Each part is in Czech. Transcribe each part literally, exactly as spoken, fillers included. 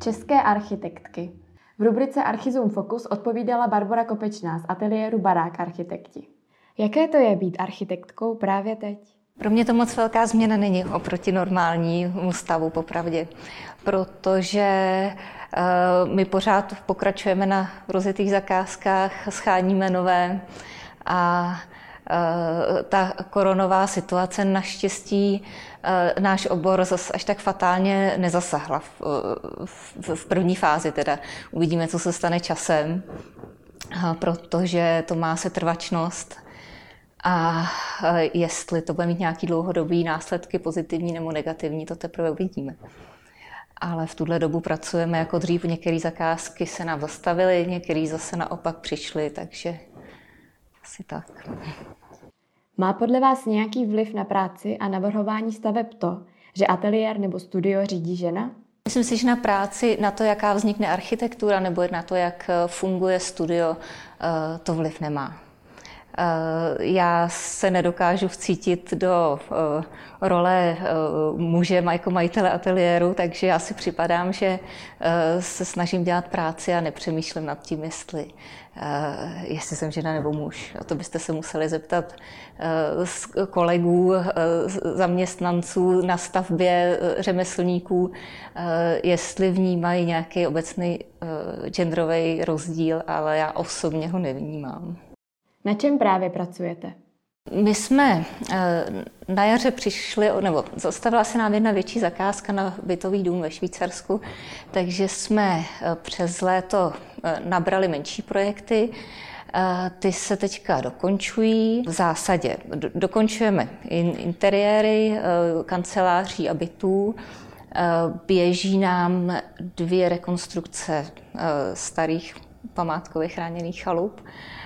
české architektky. V rubrice Archizoom Focus odpovídala Barbora Kopečná z ateliéru Barák architekti. Jaké to je být architektkou právě teď? Pro mě to moc velká změna není oproti normálnímu stavu, popravdě, protože uh, my pořád pokračujeme na rozjetých zakázkách, scháníme nové a uh, ta koronová situace naštěstí uh, náš obor zas až tak fatálně nezasahla v, v, v první fázi. Teda uvidíme, co se stane časem, uh, protože to má setrvačnost. A jestli to bude mít nějaký dlouhodobý následky, pozitivní nebo negativní, to teprve uvidíme. Ale v tuhle dobu pracujeme jako dřív, některé zakázky se nám zastavily, některé zase naopak přišly, takže asi tak. Má podle vás nějaký vliv na práci a navrhování staveb to, že ateliér nebo studio řídí žena? Myslím si, že na práci, na to, jaká vznikne architektura nebo na to, jak funguje studio, to vliv nemá. Já se nedokážu vcítit do role muže jako majitele ateliéru, takže já si připadám, že se snažím dělat práci a nepřemýšlím nad tím, jestli, jestli jsem žena nebo muž. A to byste se museli zeptat kolegů, zaměstnanců na stavbě, řemeslníků, jestli vnímají nějaký obecný genderový rozdíl, ale já osobně ho nevnímám. Na čem právě pracujete? My jsme na jaře přišli, nebo zastavila se nám jedna větší zakázka na bytový dům ve Švýcarsku, takže jsme přes léto nabrali menší projekty. Ty se teďka dokončují. V zásadě dokončujeme interiéry, kanceláří a bytů. Běží nám dvě rekonstrukce starých památkově chráněných chalup.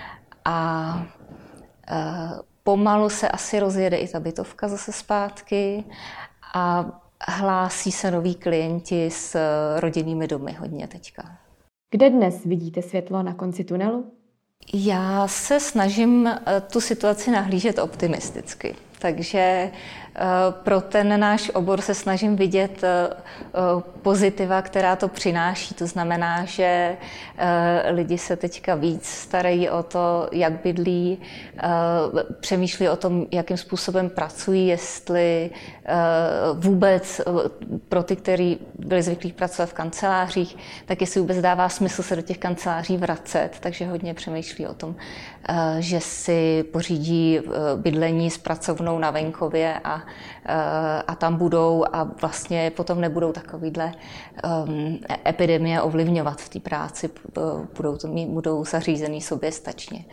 A e, pomalu se asi rozjede i ta bytovka zase zpátky a hlásí se noví klienti s rodinnými domy hodně teďka. Kde dnes vidíte světlo na konci tunelu? Já se snažím tu situaci nahlížet optimisticky. Takže pro ten náš obor se snažím vidět pozitiva, která to přináší. To znamená, že lidi se teďka víc starají o to, jak bydlí, přemýšlí o tom, jakým způsobem pracují, jestli vůbec pro ty, kteří byli zvyklí pracovat v kancelářích, tak jestli vůbec dává smysl se do těch kanceláří vracet. Takže hodně přemýšlí o tom, že si pořídí bydlení s pracovnou na venkově a, a tam budou a vlastně potom nebudou takovýhle um, epidemie ovlivňovat v té práci, budou, to, budou zařízený soběstačně.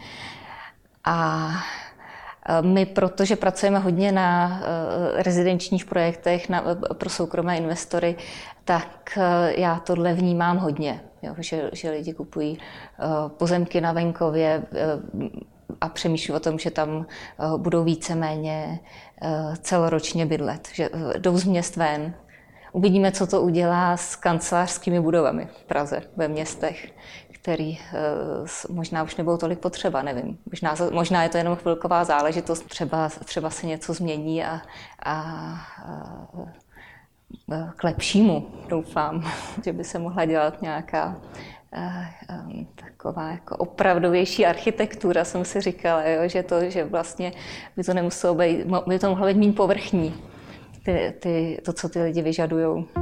A my, protože pracujeme hodně na rezidenčních projektech na, pro soukromé investory, tak já tohle vnímám hodně, jo, že, že lidi kupují pozemky na venkově a přemýšlí o tom, že tam budou víceméně celoročně bydlet, že jdou z měst ven. Uvidíme, co to udělá s kancelářskými budovami v Praze, ve městech, který možná už nebudou tolik potřeba, nevím. Možná, možná je to jenom chvilková záležitost, třeba, třeba se něco změní a, a, a k lepšímu, doufám, že by se mohla dělat nějaká taková jako opravdovější architektura, jsem si říkala, jo, že, to, že vlastně by to nemuselo být, by to mohlo být méně povrchní, ty, ty, to, co ty lidi vyžadujou.